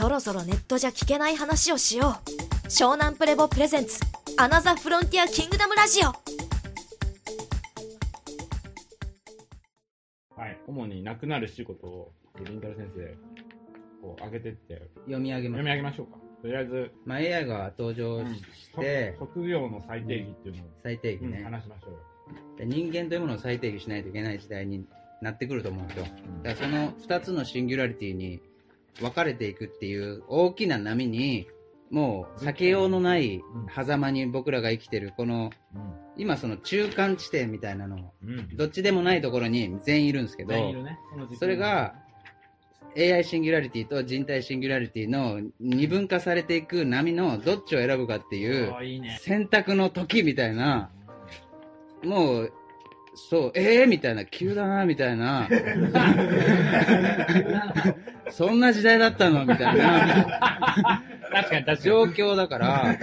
そろそろネットじゃ聞けない話をしよう。湘南プレボプレゼンツアナザフロンティアキングダムラジオ。 はい、主になくなる仕事をりんたろー先生こう上げてって読み上げましょうか。とりあえず、 AI が登場して、 職業の最定義っていうのを最定義ね、 話しましょうよ。 で人間というものを再定義しないといけない時代になってくると思うんですよ。だからその2つのシンギュラリティに分かれていくっていう大きな波に、もう避けようのない狭間に僕らが生きてるこの、今その中間地点みたいなの、どっちでもないところに全員いるんですけど、それがAI シンギュラリティと人体シンギュラリティの二分化されていく波のどっちを選ぶかっていう選択の時みたいな、もうそうみたいな、急だなみたいなそんな時代だったのみたいな確かに状況だから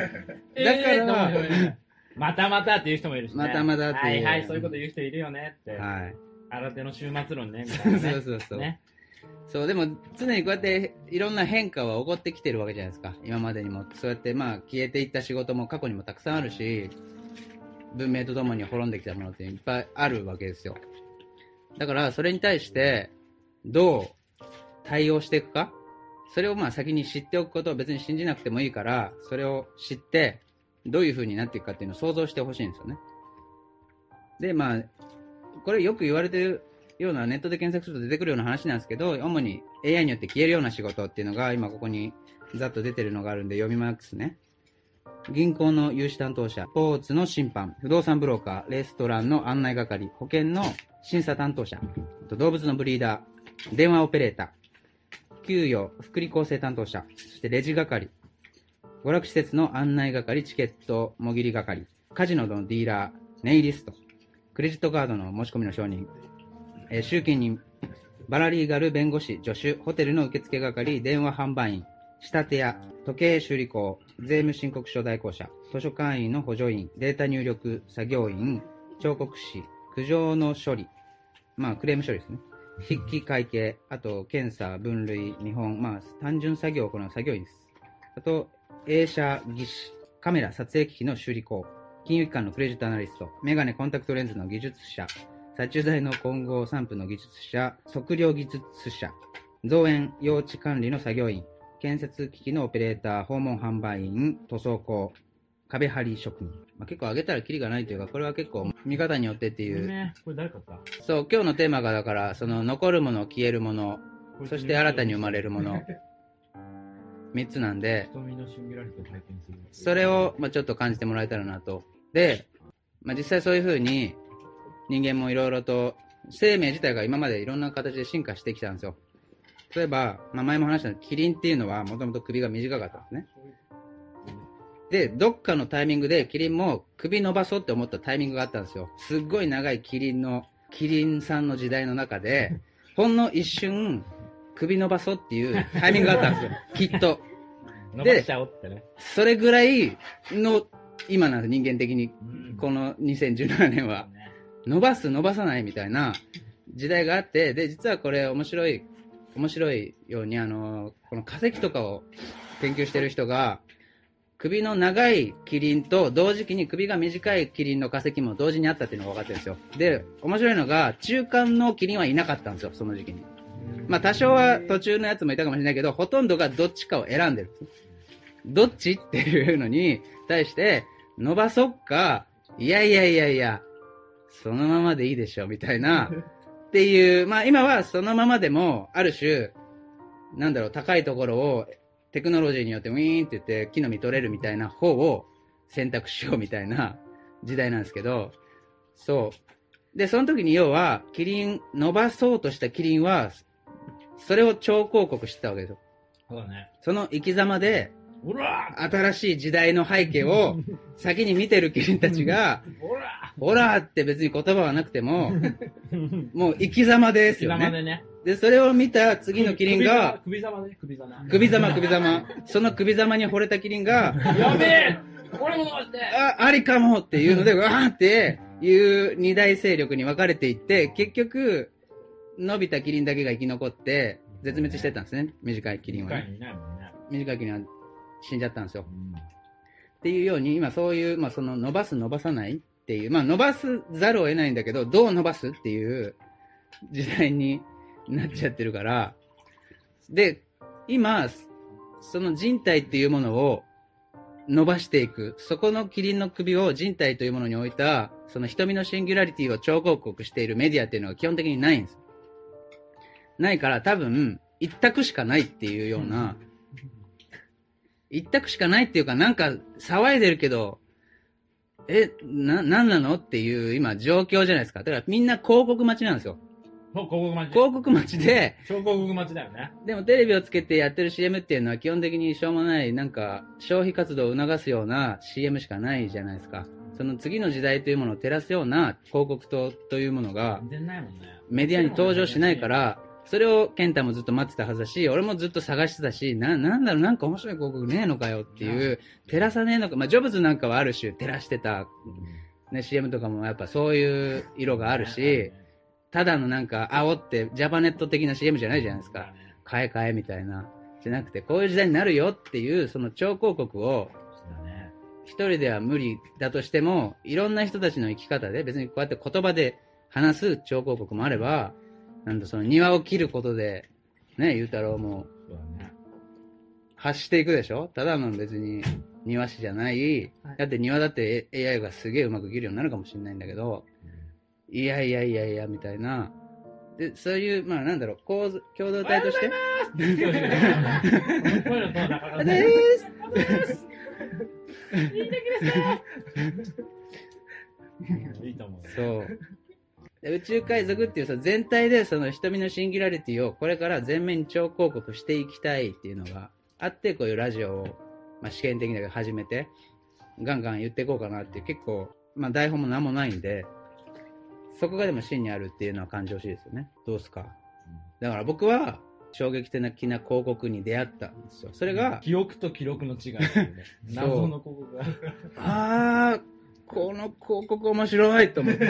またまたっていう人もいるしね。 またまたっていう、 はいはい、そういうこと言う人いるよねって、 はい、 新手の終末論ねみたいな、ね、 そうね。 そう、でも常にこうやっていろんな変化は起こってきてるわけじゃないですか。今までにもそうやって消えていった仕事も過去にもたくさんあるし、文明とともに滅んできたものっていっぱいあるわけですよ。だからそれに対してどう対応していくか、それを先に知っておくことを別に信じなくてもいいから、それを知ってどういう風になっていくかっていうのを想像してほしいんですよね。でこれよく言われてるような、ネットで検索すると出てくるような話なんですけど、主に AI によって消えるような仕事っていうのが今ここにざっと出てるのがあるんで読みますね。銀行の融資担当者、スポーツの審判、不動産ブローカー、レストランの案内係、保険の審査担当者、動物のブリーダー、電話オペレーター、給与、福利厚生担当者、そしてレジ係、娯楽施設の案内係、チケットもぎり係、カジノのディーラー、ネイリスト、クレジットカードの申し込みの承認、集金人、バラリーガル弁護士、助手、ホテルの受付係、電話販売員、仕立て屋、時計修理工、税務申告書代行者、図書館員の補助員、データ入力作業員、彫刻師、苦情の処理、クレーム処理ですね。筆記会計、あと検査、分類、見本、単純作業を行う作業員です。あと、映写技師、カメラ撮影機器の修理工、金融機関のクレジットアナリスト、メガネコンタクトレンズの技術者、殺虫剤の混合散布の技術者、測量技術者、造園用地管理の作業員、建設機器のオペレーター、訪問販売員、塗装工、壁張り職人。結構上げたらキリがないというか、これは結構見方によってっていう。 これ誰かった？ そう、今日のテーマがだから、その残るもの、消えるもの、そして新たに生まれるもの、3つなんで、それをちょっと感じてもらえたらなと。で、実際そういう風に人間もいろいろと生命自体が今までいろんな形で進化してきたんですよ。例えば、前も話したキリンっていうのはもともと首が短かったんですね。で、どっかのタイミングでキリンも首伸ばそうって思ったタイミングがあったんですよ。すっごい長いキリンさんの時代の中で、ほんの一瞬首伸ばそうっていうタイミングがあったんですよ。きっと。 伸ばしちゃおうってね。 それぐらいの今なんです、人間的に。この2017年は。伸ばさないみたいな時代があって、で、実はこれ面白いように、この化石とかを研究してる人が、首の長いキリンと同時期に首が短いキリンの化石も同時にあったっていうのが分かってるんですよ。で、面白いのが、中間のキリンはいなかったんですよ、その時期に。多少は途中のやつもいたかもしれないけど、ほとんどがどっちかを選んでる。どっちっていうのに対して、伸ばそっか、いや、そのままでいいでしょ、みたいな、っていう、今はそのままでも、ある種、高いところをテクノロジーによってウィーンって言って木の実取れるみたいな方を選択しようみたいな時代なんですけど、そう。で、その時に要は、伸ばそうとしたキリンは、それを超広告してたわけですよ。 そうだね。 その生き様で、新しい時代の背景を先に見てるキリンたちが、ほらって別に言葉はなくても、もう生き様ですよね。生き様でね。で、それを見た次のキリンが、首様。その首様に惚れたキリンが、 やべえこれも伸ばして、 ありかもっていうので、わーっていう二大勢力に分かれていって、結局、伸びたキリンだけが生き残って、 絶滅してたんですね、短いキリンは、ね。 短いにいないもんね。 短いキリンは死んじゃったんですよ。 うんっていうように、今そういう、その伸ばす伸ばさないっていう、伸ばすざるを得ないんだけど、どう伸ばすっていう時代になっちゃってるから、で、今、その人体っていうものを伸ばしていく、そこのキリンの首を人体というものに置いた、その瞳のシンギュラリティを超広告しているメディアっていうのが基本的にないんです。ないから多分、一択しかないっていうような、一択しかないっていうか、なんか騒いでるけど、なんなのっていう今状況じゃないですか。だからみんな広告待ちなんですよ。 広告待ち。 広告待ちで、 超広告待ちだよね。 でもテレビをつけてやってる CM っていうのは基本的にしょうもない、なんか消費活動を促すような CM しかないじゃないですか。その次の時代というものを照らすような広告というものが全然ないもんね。 メディアに登場しないから、それを健太もずっと待ってたはずだし、俺もずっと探してたし、なんだろう、なんか面白い広告ねえのかよっていう、照らさねえのか、ジョブズなんかはある種照らしてた、ね、CM とかもやっぱそういう色があるし、ただのなんか煽ってジャパネット的な CM じゃないじゃないですか。買えみたいな。じゃなくて、こういう時代になるよっていう、その超広告を、一人では無理だとしても、いろんな人たちの生き方で、別にこうやって言葉で話す超広告もあれば、なんだその庭を切ることで、ね、ゆうたろうも、発していくでしょ。ただの別に庭師じゃない。だって庭だって AI がすげえうまく切るようになるかもしれないんだけど、いや、みたいな。で、そういう、なんだろう、共同体として。 声のトーンなかなかね。いいだけですよ。いいと思う。 そう。で宇宙海賊っていうさ、全体でその瞳のシンギュラリティをこれから全面に超広告していきたいっていうのがあって、こういうラジオを、試験的だけど始めて、ガンガン言っていこうかなっていう、結構、台本も何もないんで、そこがでも真にあるっていうのは感じほしいですよね。どうすか。だから僕は衝撃的な広告に出会ったんですよ。それが、 記憶と記録の違いですよね。謎の広告が。この広告面白いと思って、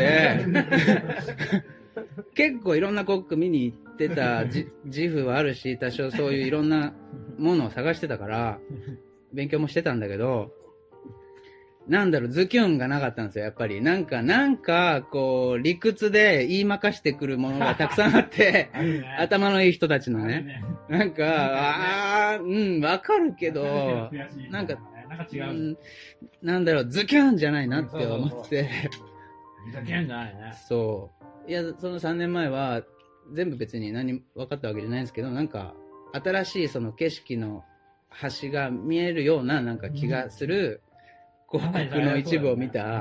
結構いろんな広告見に行ってた自負はあるし、多少そういういろんなものを探してたから、勉強もしてたんだけど、なんだろう、ズキュンがなかったんですよ、やっぱり。なんか、こう、理屈で言いまかしてくるものがたくさんあって、頭のいい人たちのね。なんか、わかるけど、なんか違う、なんだろう、ズキュンじゃないなって思って。 ズキュンじゃないね。 そう。いや、その3年前は、全部別に何分かったわけじゃないんですけど、なんか、新しいその景色の端が見えるような、なんか気がする、広告の一部を見た、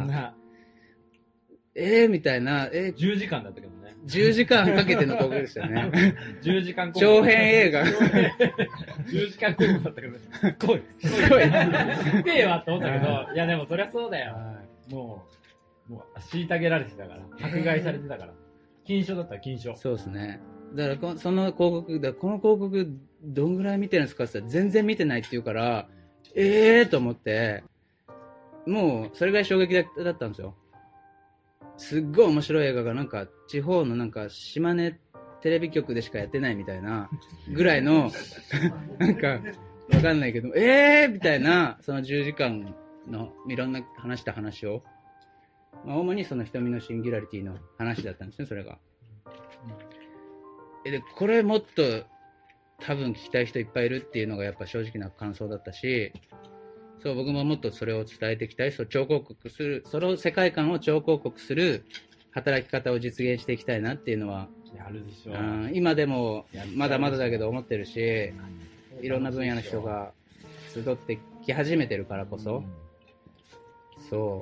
みたいな、 10時間だったけどね。 10時間かけての広告でしたね。 10時間長編映画。 10時間広告だったけど、すごい。すげえわって思ったけど、いやでもそりゃそうだよ。もう、虐げられてたから、迫害されてたから。禁書だったら禁書。 そうですね。だからその広告、この広告どんぐらい見てるんですかって言ったら全然見てないって言うから、と思って、もうそれぐらい衝撃だったんですよ。すっごい面白い映画がなんか地方のなんか島根テレビ局でしかやってないみたいなぐらいのなんかわかんないけどみたいなその10時間のいろんな話した話を、主にその瞳のシンギュラリティの話だったんですね、それが。でこれもっと多分聞きたい人いっぱいいるっていうのがやっぱ正直な感想だったし、そう、僕ももっとそれを伝えていきたい。超広告する、その世界観を超広告する働き方を実現していきたいなっていうのは、 やるでしょ今でもまだまだだけど思ってるし、いろんな分野の人が集ってき始めてるからこそ、そう、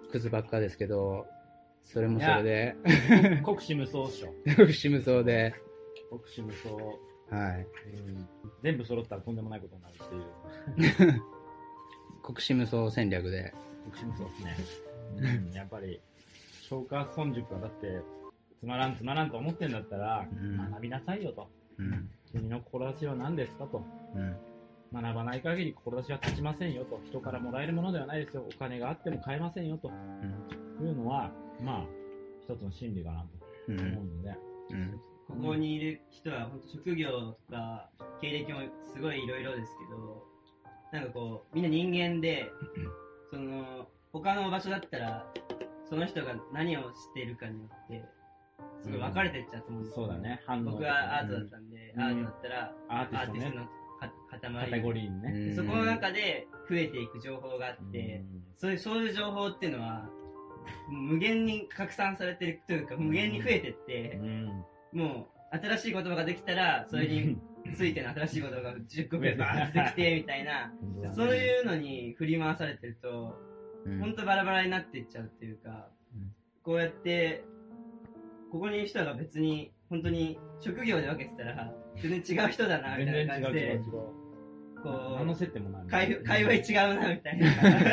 クズばっかですけど、それもそれで。 国士無双っしょ。 国士無双で。 国士無双。 はい、 全部揃ったらとんでもないことになるっていう。 国士無双戦略で。 国士無双ですね。やっぱり、消化村塾はだって、つまらんと思ってんだったら、学びなさいよと。君の志は何ですかと。学ばない限り志は立ちませんよと。人からもらえるものではないですよ。お金があっても買えませんよと。いうのは、一つの真理かなと思うので、 ここにいる人は本当職業とか経歴もすごいいろいろですけど、なんかこうみんな人間で、その他の場所だったらその人が何をしているかによってすごい分かれてっちゃうと思うんですよ、 そうだね。反応僕はアートだったんで、アートだったらアーティストね。 塊カテゴリーにね。 そこの中で増えていく情報があって、そういう情報っていうのは無限に拡散されてるというか、無限に増えてって、もう新しい言葉ができたらそれについての新しい言葉が10個ぐらいバーってできてみたいなそういうのに振り回されてると本当バラバラになっていっちゃうっていうか、こうやってここにいる人が別に本当に職業で分けてたら全然違う人だなみたいな感じで、こう何の接点もない。 界隈違うなみたいな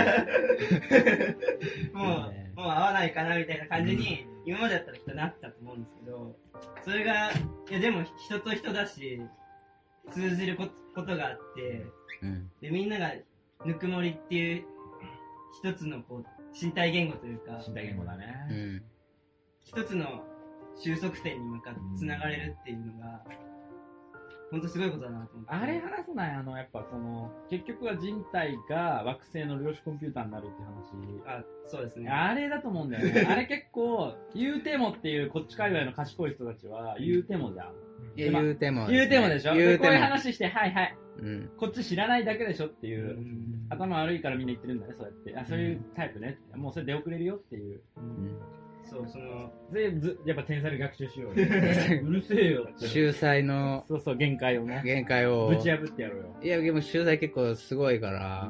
もう合わないかなみたいな感じに今までだったらきっとなったと思うんですけど、それがいやでも人と人だし通じることがあって、でみんながぬくもりっていう一つのこう身体言語というか、 身体言語だね。 一つの収束点に向かってつながれるっていうのが本当すごいことだなと思って。 あれ話すなよ、やっぱその結局は人体が惑星の量子コンピューターになるって話。 あ、そうですね。 あれだと思うんだよね。あれ結構言うてもっていうこっち界隈の賢い人たちは言うてもじゃん。 言うてもでしょ。でこういう話してはいはい、こっち知らないだけでしょっていう、頭悪いからみんな言ってるんだね、そうやって。そういうタイプね。もうそれ出遅れるよっていう。 そうそのやっぱ天才で学習しようよ。うるせえよって。 秀才のそう限界をぶち破ってやろうよ。 いやでも秀才結構すごいから、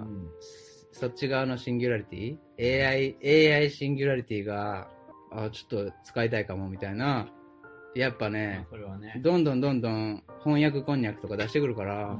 そっち側のシンギュラリティ AI シンギュラリティがちょっと使いたいかもみたいな、やっぱね、 それはねどんどん翻訳こんにゃくとか出してくるから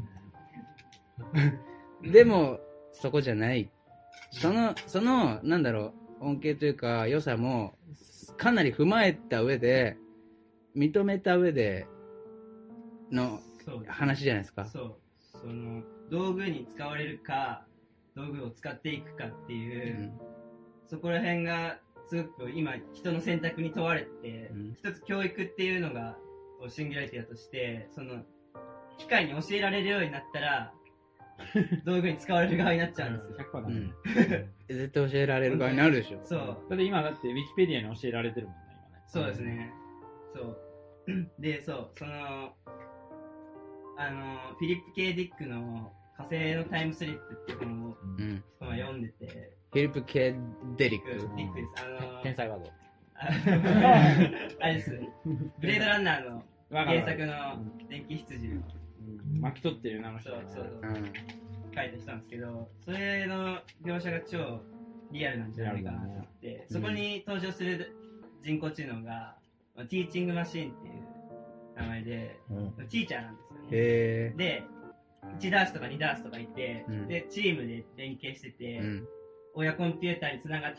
でもそこじゃない、そのなんだろう、恩恵というか良さもかなり踏まえた上で認めた上での話じゃないですか。 その道具に使われるか道具を使っていくかっていう、そこら辺がすごく今人の選択に問われて、一つ教育っていうのがシンギュラリティだとして、その機械に教えられるようになったら道具に使われる側になっちゃうんですよ。 100%だね。 絶対教えられる側になるでしょ。 そう。 だって今だってウィキペディアに教えられてるもんね、今ね。 そうですね。そう。で、そのフィリップ・K・ディックの火星のタイムスリップって本を読んでて、 フィリップ・K・デリック。 ディックです。 天才ワード。 あれです。ブレードランナーの原作の電気羊の巻き取ってる名の人、 そう書いた人なんですけど、それの描写が超リアルなんじゃないかなと思って、そこに登場する人工知能がティーチングマシーンっていう名前で、ティーチャーなんですよね。で、1ダースとか2ダースとかいて、でチームで連携してて、親コンピューターにつながって、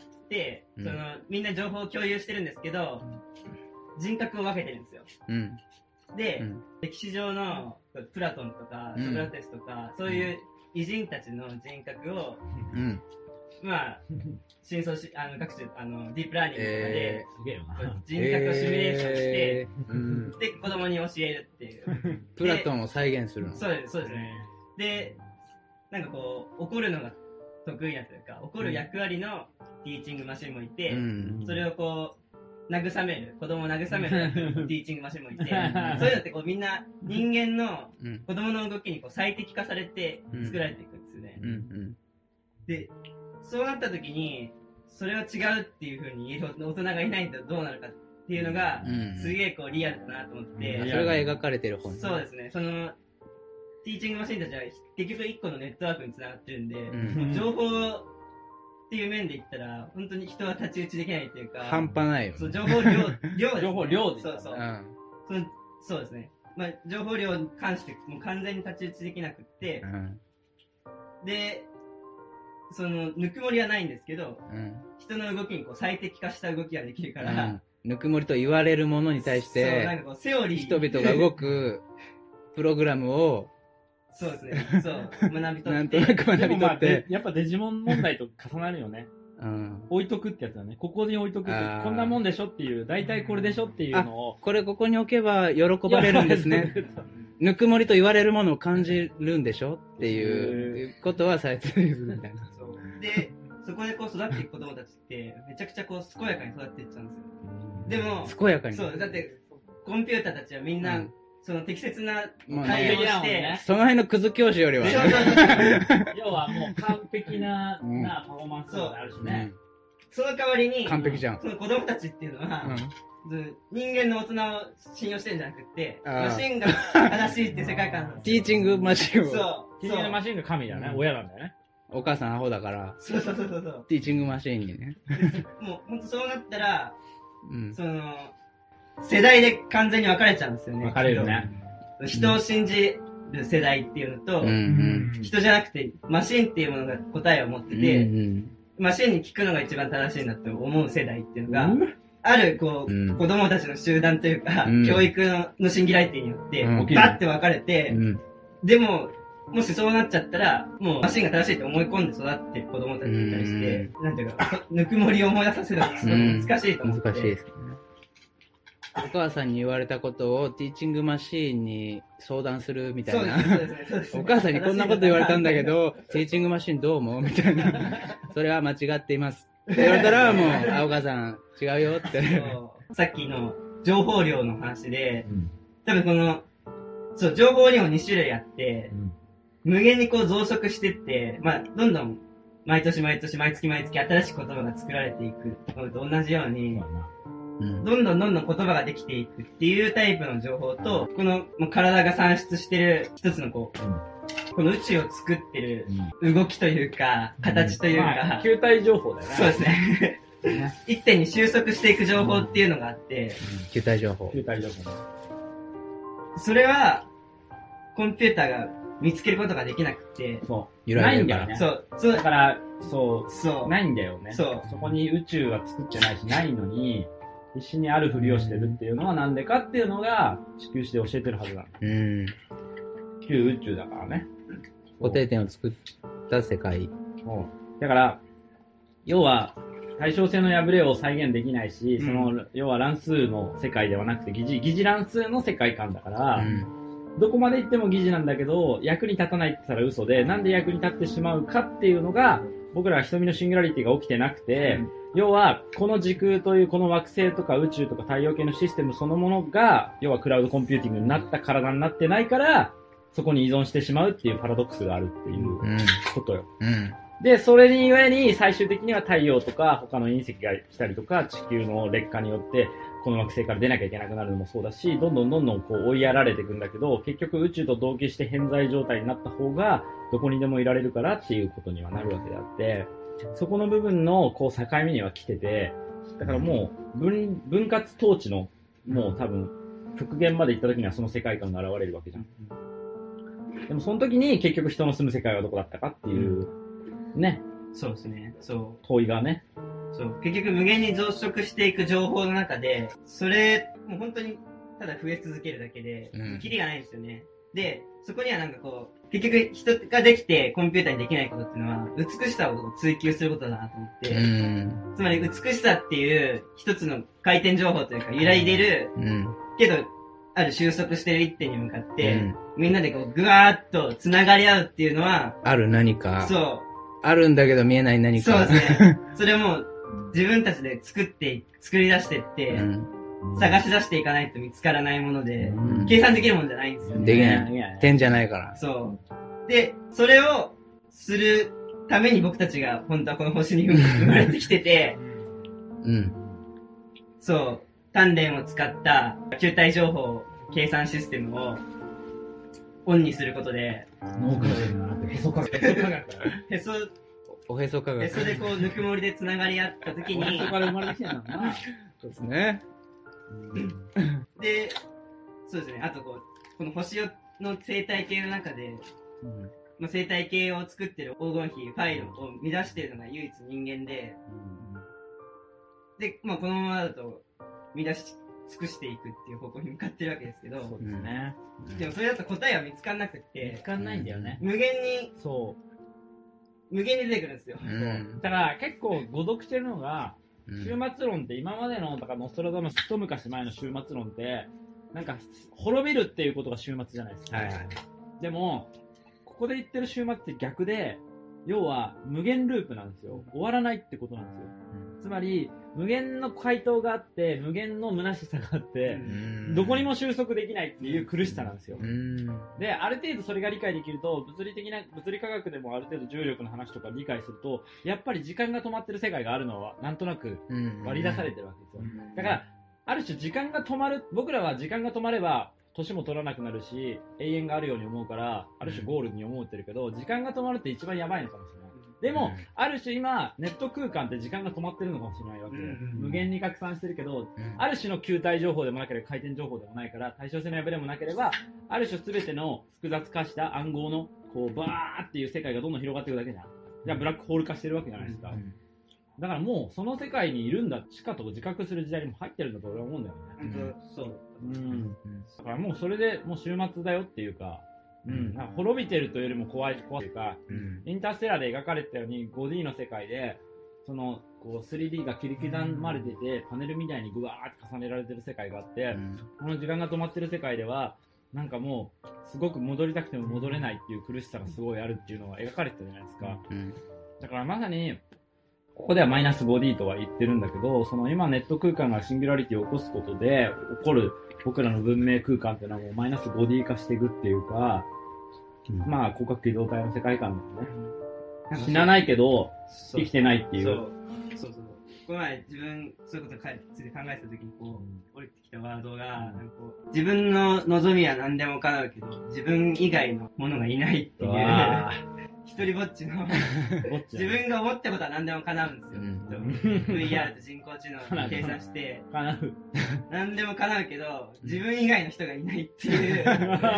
そのみんな情報を共有してるんですけど、人格を分けてるんですよ。で、歴史上のプラトンとかソクラテスとか、そういう偉人たちの人格を、まあ深層学習ディープラーニングとかで人格をシミュレーションして、で子供に教えるっていう。 プラトンを再現するの。 そうですね。で、なんかこう怒るのが得意なというか、怒る役割のティーチングマシンもいて、それをこう慰める、子供を慰めるティーチングマシンもいて、そういうのってこうみんな人間の子供の動きにこう最適化されて作られていくんですよね。で、そうなった時にそれは違うっていう風に言える大人がいないとどうなるかっていうのが、すげえこうリアルだなと思って、 それが描かれてる本。 そうですね。そのティーチングマシンたちは結局1個のネットワークにつながってるんで、情報っていう面で言ったら本当に人は太刀打ちできないっていうか、 半端ないよ、ね。 そう、情報量です、ね、 情報量でそうですね。まあ情報量に関してもう完全に太刀打ちできなくって、でそのぬくもりはないんですけど、人の動きにこう最適化した動きができるから、 ぬくもりと言われるものに対してなんかこうセオリー人々が動くプログラムをそうですね。そう。学び取って。 なんとなく学び取って。 やっぱデジモン問題と重なるよね。 置いとくってやつだね。ここに置いとくって、こんなもんでしょっていう、大体これでしょっていうのを。 これここに置けば喜ばれるんですね。ぬくもりと言われるものを感じるんでしょっていうことはされてるみたいな。 で、そこでこう育っていく子供たちって、めちゃくちゃこう健やかに育っていっちゃうんですよ。でも、 健やかに。 そう、だってコンピューターたちはみんな、その適切な対応をして、 その辺のクズ教師よりは、 要はもう完璧なパフォーマンスがあるしね。 その代わりに、 完璧じゃん。 その子供たちっていうのは、人間の大人を信用してるんじゃなくて、マシンが正しいって世界観なんです。 ティーチングマシンを。 そう。 ティーチングマシンが神だね。親なんだよね。 お母さんアホだから。 そう。 ティーチングマシンにね。 もう、ほんとそうなったら、その、世代で完全に分かれちゃうんですよね。 分かれるね。 人を信じる世代っていうのと、人じゃなくて、マシンっていうものが答えを持ってて、マシンに聞くのが一番正しいなって思う世代っていうのが、ある、こう、子供たちの集団というか、教育のシンギュラリティによって、バッて分かれて、でも、もしそうなっちゃったら、もうマシンが正しいって思い込んで育ってる子供たちに対して、なんていうか、ぬくもりを思い出させるのがすごく難しいと思って。 難しいですね。お母さんに言われたことをティーチングマシーンに相談するみたいな。そうです。お母さんにこんなこと言われたんだけど、ティーチングマシーンどう思うみたいな。それは間違っています。って言われたら、もう、お母さん違うよって。 さっきの情報量の話で、多分この、そう、情報量2種類あって、無限にこう増殖してって、まあ、どんどん毎年毎月新しい言葉が作られていくのと同じように、どんどん言葉ができていくっていうタイプの情報と、このもう体が産出してる一つのこの宇宙を作ってる動きというか、形というか、 球体情報だよね。 そうですね。一点に収束していく情報っていうのがあって、 球体情報。 それは、コンピューターが見つけることができなくて、 ないんだよね。 そう。 だから、ないんだよね。そこに宇宙は作ってないし、ないのに、必死にあるふりをしてるっていうのはなんでかっていうのが、地球史で教えてるはずなの。旧宇宙だからね。 固定点を作った世界。 だから、要は、対称性の破れを再現できないし、要は乱数の世界ではなくて、疑似乱数の世界観だから、どこまで行っても疑似なんだけど、役に立たないって言ったら嘘で、なんで役に立ってしまうかっていうのが、僕らは瞳のシンギュラリティが起きてなくて、要は、この時空というこの惑星とか宇宙とか太陽系のシステムそのものが、要はクラウドコンピューティングになった体になってないから、そこに依存してしまうっていうパラドックスがあるっていうことよ。で、それにゆえに最終的には太陽とか他の隕石が来たりとか、地球の劣化によって、この惑星から出なきゃいけなくなるのもそうだし、どんどんこう追いやられていくんだけど、結局宇宙と同期して偏在状態になった方が、どこにでもいられるからっていうことにはなるわけであって、そこの部分のこう境目には来てて、だからもう分割統治のもう多分極限まで行った時にはその世界観が現れるわけじゃん。でもその時に結局人の住む世界はどこだったかっていうね。 そうですね。 問いがね。 結局無限に増殖していく情報の中で、それもう本当にただ増え続けるだけで、キリがないんですよね。で、そこにはなんかこう、結局人ができてコンピューターにできないことっていうのは、美しさを追求することだなと思って、つまり美しさっていう一つの回転情報というか揺らいでる、けど、ある収束してる一点に向かって、みんなでこうぐわーっと繋がり合うっていうのは、 ある何か。あるんだけど見えない何か。 そうですね。それも自分たちで作り出してって、探し出していかないと見つからないもので、計算できるものじゃないんですよね。 できない。点じゃないから。 で、それをするために僕たちが本当はこの星に生まれてきてて、鍛錬を使った球体情報計算システムをオンにすることで、 脳科学じゃなくてへそ科学。 おへそ科学。 へそでこうぬくもりで繋がり合った時に、 そこから生まれてきてんだもんな。 そうですね。 で、そうですね。あとこの星の生態系の中で、生態系を作ってる黄金比、ファイルを乱しているのが唯一人間で、で、このままだと乱し尽くしていくっていう方向に向かってるわけですけど、 そうですね。 でもそれだと答えは見つかんなくって、 見つかんないんだよね。 無限に、 無限に出てくるんですよ。 だから結構誤読してるのが、終末論って今までの、だからノストラダムス一昔前の終末論って、なんか滅びるっていうことが終末じゃないですか。でも、ここで言ってる終末って逆で、要は無限ループなんですよ。終わらないってことなんですよ。つまり、無限の回答があって、無限の虚しさがあって、どこにも収束できないっていう苦しさなんですよ。で、ある程度それが理解できると、物理科学でもある程度重力の話とか理解すると、やっぱり時間が止まってる世界があるのは、なんとなく割り出されてるわけですよ。だから、ある種時間が止まる、僕らは時間が止まれば、年も取らなくなるし、永遠があるように思うから、ある種ゴールに思ってるけど、時間が止まるって一番やばいのかもしれない。でも、ある種今、ネット空間って時間が止まってるのかもしれないわけで、無限に拡散してるけど、ある種の球体情報でもなければ回転情報でもないから、対称性の破れもなければ、ある種全ての複雑化した暗号の、こう、バーっていう世界がどんどん広がっていくだけじゃん。じゃあブラックホール化してるわけじゃないですか。だからもう、その世界にいるんだ、しかと自覚する時代にも入ってるんだと俺は思うんだよね。 そう。 だからもうそれでもう終末だよっていうか、なんか滅びてるというよりも怖いというか、インターステラーで描かれたように 5D の世界で、そのこう 3D が切り刻まれてて、パネルみたいにぐわーって重ねられてる世界があって、この時間が止まってる世界では、なんかもう、すごく戻りたくても戻れないっていう苦しさがすごいあるっていうのが描かれてたじゃないですか。だからまさに、ここではマイナス 5D とは言ってるんだけど、その今ネット空間がシンギュラリティを起こすことで起こる僕らの文明空間っていうのはもうマイナス 5D 化していくっていうか、まあ広角機動隊の世界観だよね。死なないけど生きてないっていう。 そう。この前自分そういうことついて考えた時にこう降りてきたワードがなんかこう自分の望みは何でも叶うけど自分以外のものがいないっていう一人ぼっちの自分が思ったことは何でも叶うんですよ。VR と人工知能を計算して何でも叶うけど自分以外の人がいないっていう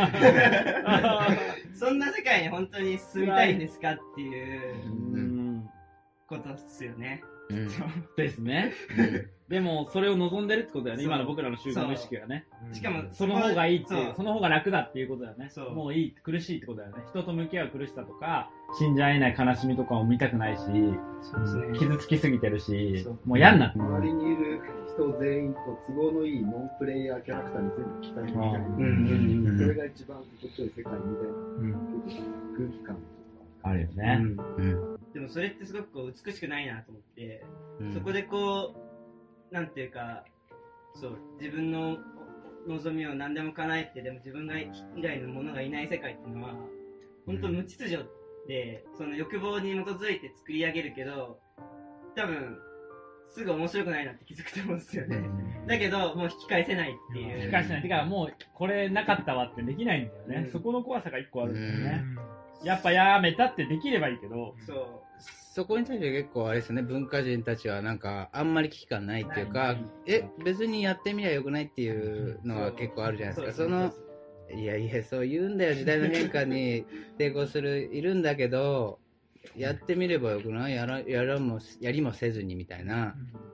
そんな世界に本当に住みたいんですかっていうことですよね。 ですね。でも、それを望んでるってことだよね、今の僕らの集合意識がね。 しかも、 その方がいいっていう、その方が楽だっていうことだよね。もういい、苦しいってことだよね。人と向き合う苦しさとか、死んじゃえない悲しみとかを見たくないし、傷つきすぎてるし、もう嫌になって。 周りにいる人全員と都合のいいノンプレイヤーキャラクターに全部期待みたいな。それが一番心地よい世界みたいな空気感とか。 あるよね。 でもそれってすごくこう美しくないなと思って、そこでこうなんていうか自分の望みを何でも叶えてでも自分が以外のものがいない世界っていうのは本当無秩序でその欲望に基づいて作り上げるけど多分すぐ面白くないなって気づくと思うんですよね。だけどもう引き返せないっていう。 引き返せない。てかもうこれなかったわってできないんだよね。そこの怖さが一個あるんだよね。やっぱやめたってできればいいけど。 そこに対して結構あれですね、文化人たちはなんかあんまり危機感ないっていうか、別にやってみりゃよくないっていうのは結構あるじゃないですか。いやそう言うんだよ、時代の変化に抵抗するいるんだけど、やってみればよくない、やりもせずにみたいな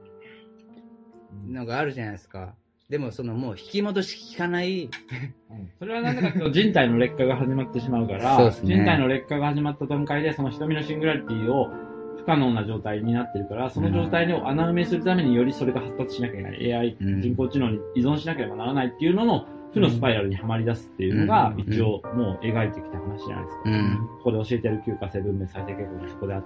のがあるじゃないですか。でももう引き戻し効かないそれはなんだかというと人体の劣化が始まってしまうから、人体の劣化が始まった段階でその瞳のシングラリティを不可能な状態になってるから、その状態を穴埋めするためによりそれが発達しなきゃいけない。AI、人工知能に依存しなければならないっていうのの負のスパイラルにはまり出すっていうのが一応もう描いてきた話じゃないですか。ここで教えてる旧化成文明再生傾向がそこであって。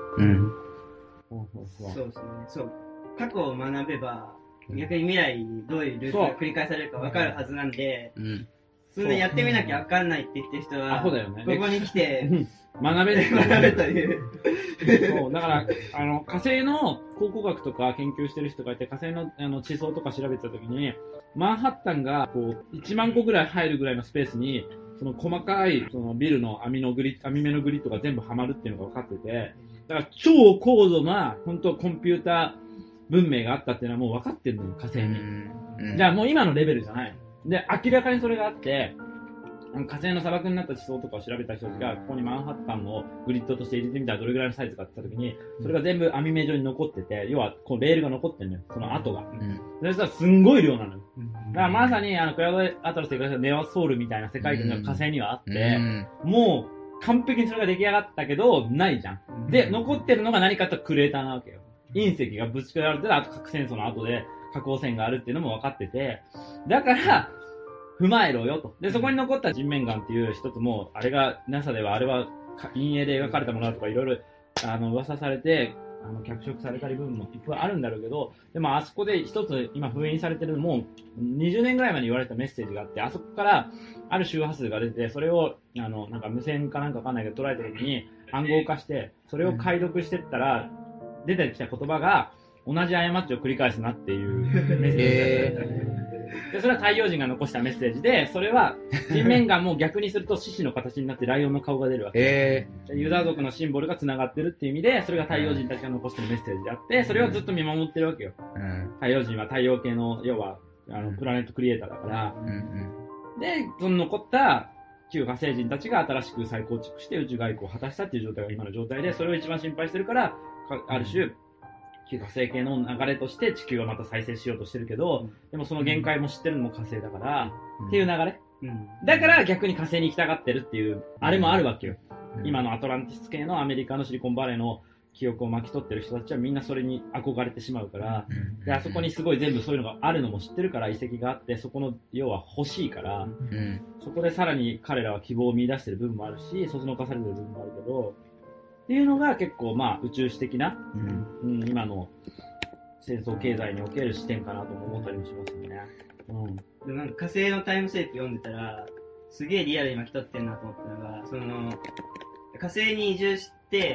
そうですね。そう。過去を学べば、逆に未来にどういうループが繰り返されるか分かるはずなんで、それでやってみなきゃ分かんないって言ってる人は、ここに来て、 学べるという。 そう、だから、火星の考古学とか研究してる人がいて、火星の地層とか調べてた時に、マンハッタンがこう1万個ぐらい入るぐらいのスペースに、その細かいそのビルの網目のグリッドが全部はまるっていうのが分かってて、だから超高度な、本当コンピューター、文明があったっていうのはもう分かってるのよ、火星に。じゃあもう今のレベルじゃない。で、明らかにそれがあって、火星の砂漠になった地層とかを調べた人たちが、ここにマンハッタンをグリッドとして入れてみたらどれぐらいのサイズかって言った時に、それが全部網目状に残ってて、要はこうレールが残ってるのよ、その跡が。そしたらすんごい量なのよ。だからまさにクラウドアトラスで描かれたネオソウルみたいな世界観が火星にはあって、も完璧にそれが出来上がったけど、ないじゃん。で、残ってるのが何かとクレーターなわけよ。隕石がぶち込まれてる、あと核戦争の後で核汚染があるっていうのも分かってて、だから、踏まえろよと。で、そこに残った人面岩っていう一つも、あれが、NASA ではあれは陰影で描かれたものだとかいろいろ、噂されて、脚色されたり部分もいっぱいあるんだろうけど、でもあそこで一つ今封印されてるもう20年ぐらい前に言われたメッセージがあって、あそこからある周波数が出て、それをなんか無線かなんかわかんないけど捉えた時に暗号化して、それを解読してったら、出てきた言葉が同じ過ちを繰り返すなっていうメッセージだった。で、それは太陽人が残したメッセージで、それは人面岩も逆にすると獅子の形になってライオンの顔が出るわけ。ユダ族のシンボルが繋がってるっていう意味で、それが太陽人たちが残してるメッセージであって、それをずっと見守ってるわけよ。太陽人は太陽系の、要は、プラネットクリエイターだから。で、その残った旧火星人たちが新しく再構築して宇宙外交を果たしたっていう状態が今の状態で、それを一番心配してるから、ある種、火星系の流れとして地球をまた再生しようとしてるけど、でもその限界も知ってるのも火星だから、っていう流れ。だから逆に火星に行きたがってるっていう、あれもあるわけよ。今のアトランティス系のアメリカのシリコンバレーの記憶を巻き取ってる人たちはみんなそれに憧れてしまうから、で、あそこにすごい全部そういうのがあるのも知ってるから遺跡があって、そこの要は欲しいから、そこでさらに彼らは希望を見出してる部分もあるし、そそのかされてる部分もあるけど、っていうのが結構まあ宇宙史的な、今の戦争経済における視点かなと思ったりもしますね。 でもなんか火星のタイムセープ読んでたら、すげえリアルに巻き取ってんなと思ったのが、火星に移住して、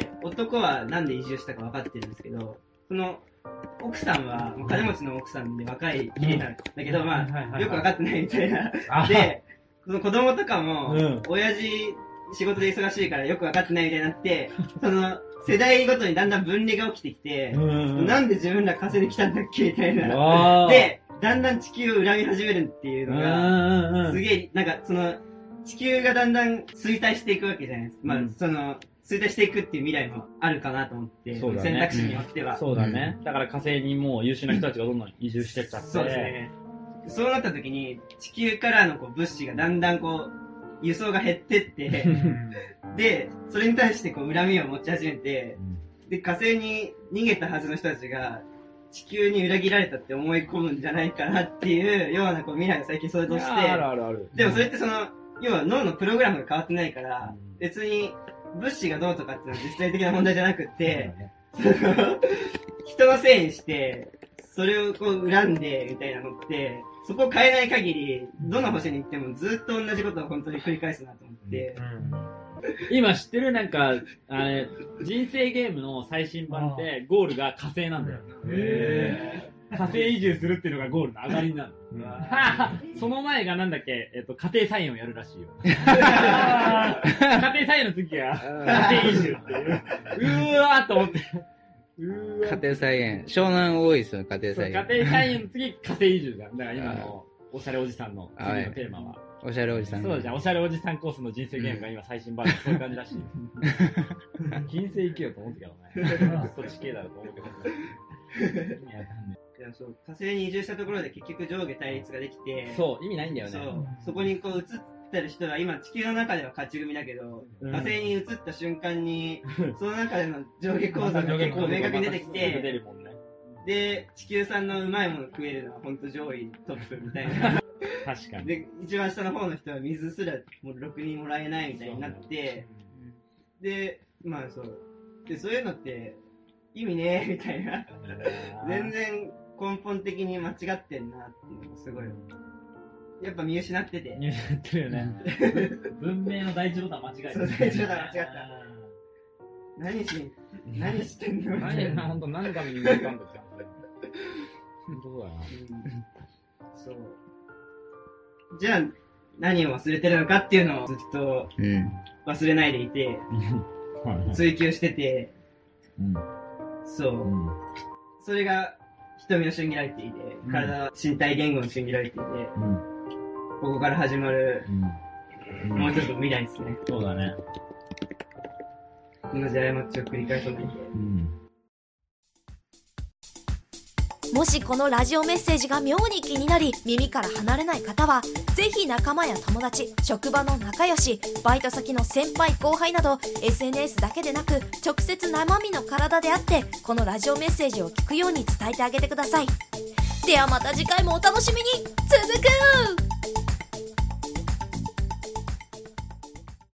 男はなんで移住したか分かってるんですけど、その奥さんは金持ちの奥さんで若い綺麗なんだけど、まあよく分かってないみたいな。で、その子供とかも、親父仕事で忙しいからよく分かってないみたいになって、その世代ごとにだんだん分離が起きてきて、なんで自分ら火星に来たんだっけみたいな。で、だんだん地球を恨み始めるっていうのが、すげえ、なんか地球がだんだん衰退していくわけじゃないですか。まあ、衰退していくっていう未来もあるかなと思って、選択肢によっては。 そうだね。だから火星にもう優秀な人たちがどんどん移住してっちゃって。 そうですね。そうなった時に、地球からの物資がだんだん輸送が減ってって、で、それに対して恨みを持ち始めて、で、火星に逃げたはずの人たちが、地球に裏切られたって思い込むんじゃないかなっていうような未来が最近想像して、でもそれって要は脳のプログラムが変わってないから、別に物資がどうとかっていうのは実際的な問題じゃなくって、人のせいにして、それを恨んでみたいなのって、そこを変えない限り、どの星に行ってもずっと同じことを本当に繰り返すなと思って。 今知ってるなんか、人生ゲームの最新版って、ゴールが火星なんだよ。火星移住するっていうのがゴールの上がりになる。その前がなんだっけ、家庭菜園をやるらしいよ。家庭菜園の次は、家庭移住っていう。わーっと思って。 家庭菜園。湘南多いですよ、家庭菜園。 家庭菜園の次、火星移住が。だから今の、おしゃれおじさんの次のテーマは。 おしゃれおじさん。 そうじゃん、おしゃれおじさんコースの人生ゲームが今最新版でそういう感じらしいよ。金星行けよと思ったけどね。そっち系だろうと思うけど。 火星に移住したところで結局上下対立ができて、 そう、意味ないんだよね。 そこに移ってる人は今地球の中では勝ち組だけど、火星に移った瞬間に、その中での上下構造が結構明確に出てきて、で、地球産のうまいもの食えるのは本当上位トップみたいな。 確かに。 で、一番下の方の人は水すらもうろくにもらえないみたいになって、で、まあそう。で、そういうのって意味ねえみたいな。全然根本的に間違ってんなっていうのがすごい。やっぱ見失ってて。 見失ってるよね。文明の第一ボタン間違えた。 そう、第一ボタン間違った。何してんの本当何のために言われたんだって。本当だな。 そう。じゃあ、何を忘れてるのかっていうのをずっと忘れないでいて、追求してて、そう。それが瞳のシンギュラリティで、体、身体言語のシンギュラリティで、ここから始まる、もう一つの未来ですね。 そうだね。 同じ過ちを繰り返さないで。 もしこのラジオメッセージが妙に気になり耳から離れない方は、ぜひ仲間や友達、職場の仲良し、バイト先の先輩後輩など SNS だけでなく直接生身の体であってこのラジオメッセージを聞くように伝えてあげてください。ではまた次回もお楽しみに。続く。